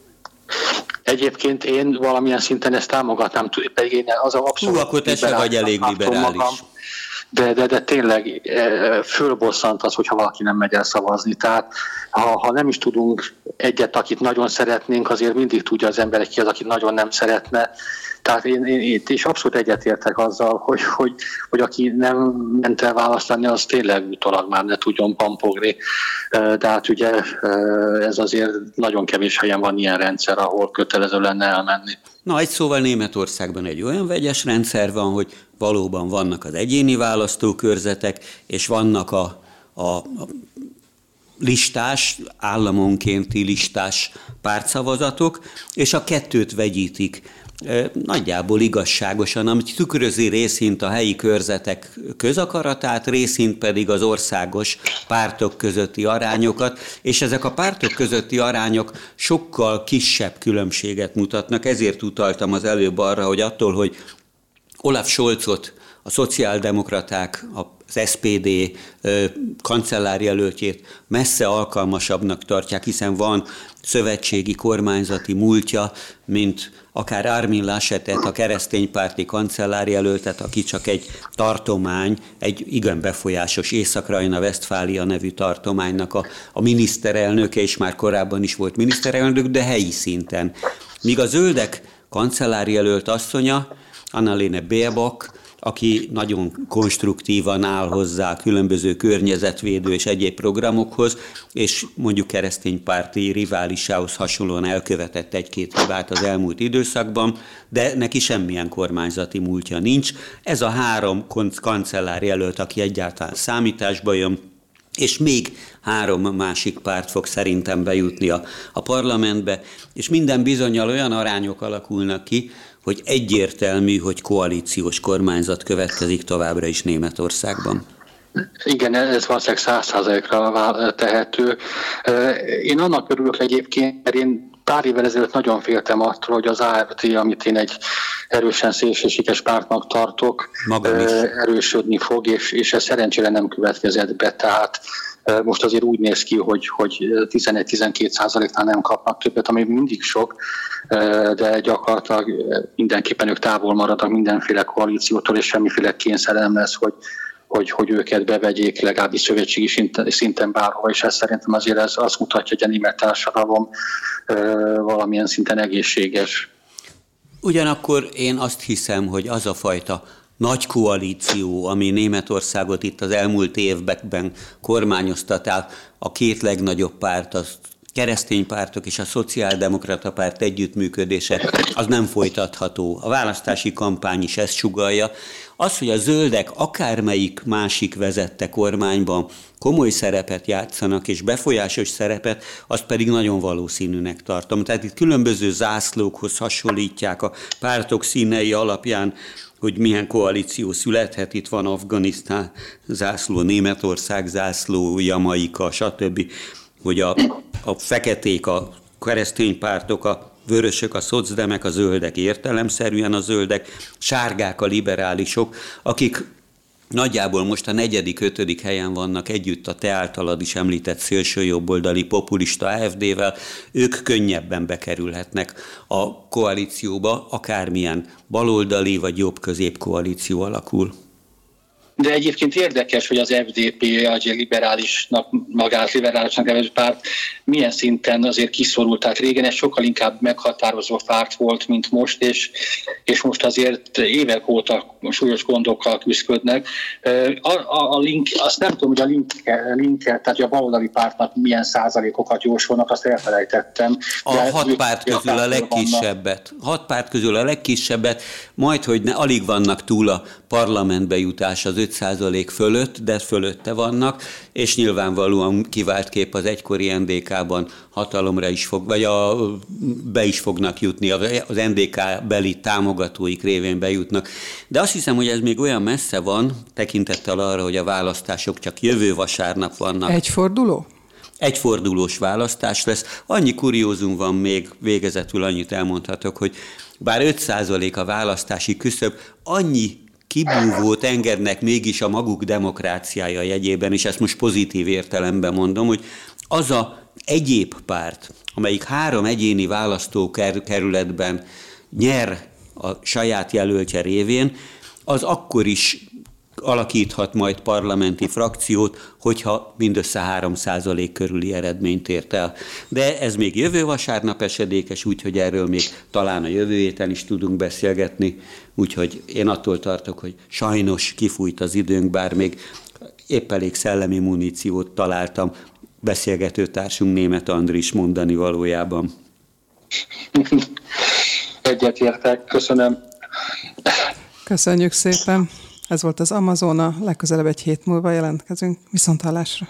Egyébként én valamilyen szinten ezt támogatnám, pedig én az a abszolút... Hú, akkor te se vagy elég liberális. Magam, de, de, de tényleg fölbosszant az, hogyha valaki nem megy el szavazni. Tehát ha, ha nem is tudunk egyet, akit nagyon szeretnénk, azért mindig tudja az ember, ki az, akit nagyon nem szeretne. Tehát én, én itt is abszolút egyetértek azzal, hogy, hogy, hogy aki nem ment el választani, az tényleg utólag már ne tudjon pampogni. De hát ugye ez azért nagyon kevés helyen van ilyen rendszer, ahol kötelező lenne elmenni. Na, egy szóval Németországban egy olyan vegyes rendszer van, hogy valóban vannak az egyéni választókörzetek, és vannak a, a, a listás, államonkénti listás pártszavazatok, és a kettőt vegyítik. nagyjából igazságosan, amit tükrözi részint a helyi körzetek közakaratát, részint pedig az országos pártok közötti arányokat, és ezek a pártok közötti arányok sokkal kisebb különbséget mutatnak, ezért utaltam az előbb arra, hogy attól, hogy Olaf Scholzot a szociáldemokraták, az es pé dé kancellárjelöltjét messze alkalmasabbnak tartják, hiszen van szövetségi kormányzati múltja, mint akár Armin Laschetet, a kereszténypárti kancellárjelöltet, aki csak egy tartomány, egy igen befolyásos Észak-Rajna-Vesztfália nevű tartománynak a, a miniszterelnöke, és már korábban is volt miniszterelnök, de helyi szinten. Míg a zöldek kancellárjelölt asszonya, Annalena Baerbock, aki nagyon konstruktívan áll hozzá különböző környezetvédő és egyéb programokhoz, és mondjuk kereszténypárti riválisához hasonlóan elkövetett egy-két hibát az elmúlt időszakban, de neki semmilyen kormányzati múltja nincs. Ez a három kancellárjelölt, aki egyáltalán számításba jön, és még három másik párt fog szerintem bejutni a, a parlamentbe, és minden bizonnyal olyan arányok alakulnak ki, hogy egyértelmű, hogy koalíciós kormányzat következik továbbra is Németországban. Igen, ez valószínűleg száz százalékra tehető. Én annak örülök egyébként, mert én pár évvel ezelőtt nagyon féltem attól, hogy az á ef dé, amit én egy erősen szélsőséges pártnak tartok, erősödni fog, és, és ez szerencsére nem következett be. Tehát most azért úgy néz ki, hogy, hogy tizenegy-tizenkét százaléknál nem kapnak többet, ami mindig sok, de gyakorlatilag mindenképpen ők távol maradnak mindenféle koalíciótól, és semmiféle kényszer nem lesz, hogy, hogy, hogy őket bevegyék legalábbis szövetségi szinten, szinten bárhova, és ez szerintem azért ez azt mutatja, hogy a német társadalom valamilyen szinten egészséges. Ugyanakkor én azt hiszem, hogy az a fajta nagy koalíció, ami Németországot itt az elmúlt években kormányozta, tehát a két legnagyobb párt, az keresztény pártok és a szociáldemokrata párt együttműködése, az nem folytatható. A választási kampány is ezt sugallja. Az, hogy a zöldek akármelyik másik vezette kormányban komoly szerepet játszanak, és befolyásos szerepet, azt pedig nagyon valószínűnek tartom. Tehát itt különböző zászlókhoz hasonlítják a pártok színei alapján, hogy milyen koalíció születhet. Itt van Afganisztán zászló, Németország zászló, Jamaika, stb. Hogy a, a feketék, a keresztény pártok, a vörösök, a szocdemek, a zöldek, értelemszerűen a zöldek, sárgák a liberálisok, akik nagyjából most a negyedik, ötödik helyen vannak együtt a te általad is említett szélsőjobboldali populista á ef dé-vel, ők könnyebben bekerülhetnek a koalícióba, akármilyen baloldali vagy jobb-közép koalíció alakul. De egyébként érdekes, hogy az ef dé pé, a liberálisnak, magát liberálisnak nevező párt milyen szinten azért kiszorult. Tehát régen ez sokkal inkább meghatározó párt volt, mint most, és, és most azért évek óta súlyos gondokkal küzdködnek. A, a, a link, azt nem tudom, hogy a link, linker, tehát a baloldali pártnak milyen százalékokat jósolnak, azt elfelejtettem. A hat párt közül a legkisebbet. Hat párt közül a legkisebbet, majd, hogy ne, alig vannak túl a parlamentbe jutás az öt százalék fölött, de fölötte vannak, és nyilvánvalóan kivált kép az egykori en dé ká-ban hatalomra is fog, vagy a, be is fognak jutni, az en dé ká beli támogatóik révén bejutnak. De azt hiszem, hogy ez még olyan messze van, tekintettel arra, hogy a választások csak jövő vasárnap vannak. Egyforduló? Egyfordulós választás lesz. Annyi kuriózum van még, végezetül annyit elmondhatok, hogy bár öt százalék a választási küszöb, annyi kibúvót engednek mégis a maguk demokráciája jegyében, és ezt most pozitív értelemben mondom, hogy az a egyéb párt, amelyik három egyéni választókerületben nyer a saját jelöltje révén, az akkor is alakíthat majd parlamenti frakciót, hogyha mindössze három százalék körüli eredményt ért el. De ez még jövő vasárnap esedékes, úgyhogy erről még talán a jövő héten is tudunk beszélgetni, úgyhogy én attól tartok, hogy sajnos kifújt az időnk, bár még épp elég szellemi muníciót találtam beszélgetőtársunk Németh Andris mondani valójában. Egyetértek, köszönöm. Köszönjük szépen. Ez volt az Amazona, legközelebb egy hét múlva jelentkezünk. Viszonthallásra.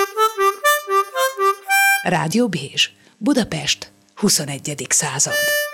Rádió Bézs, Budapest, huszonegyedik század.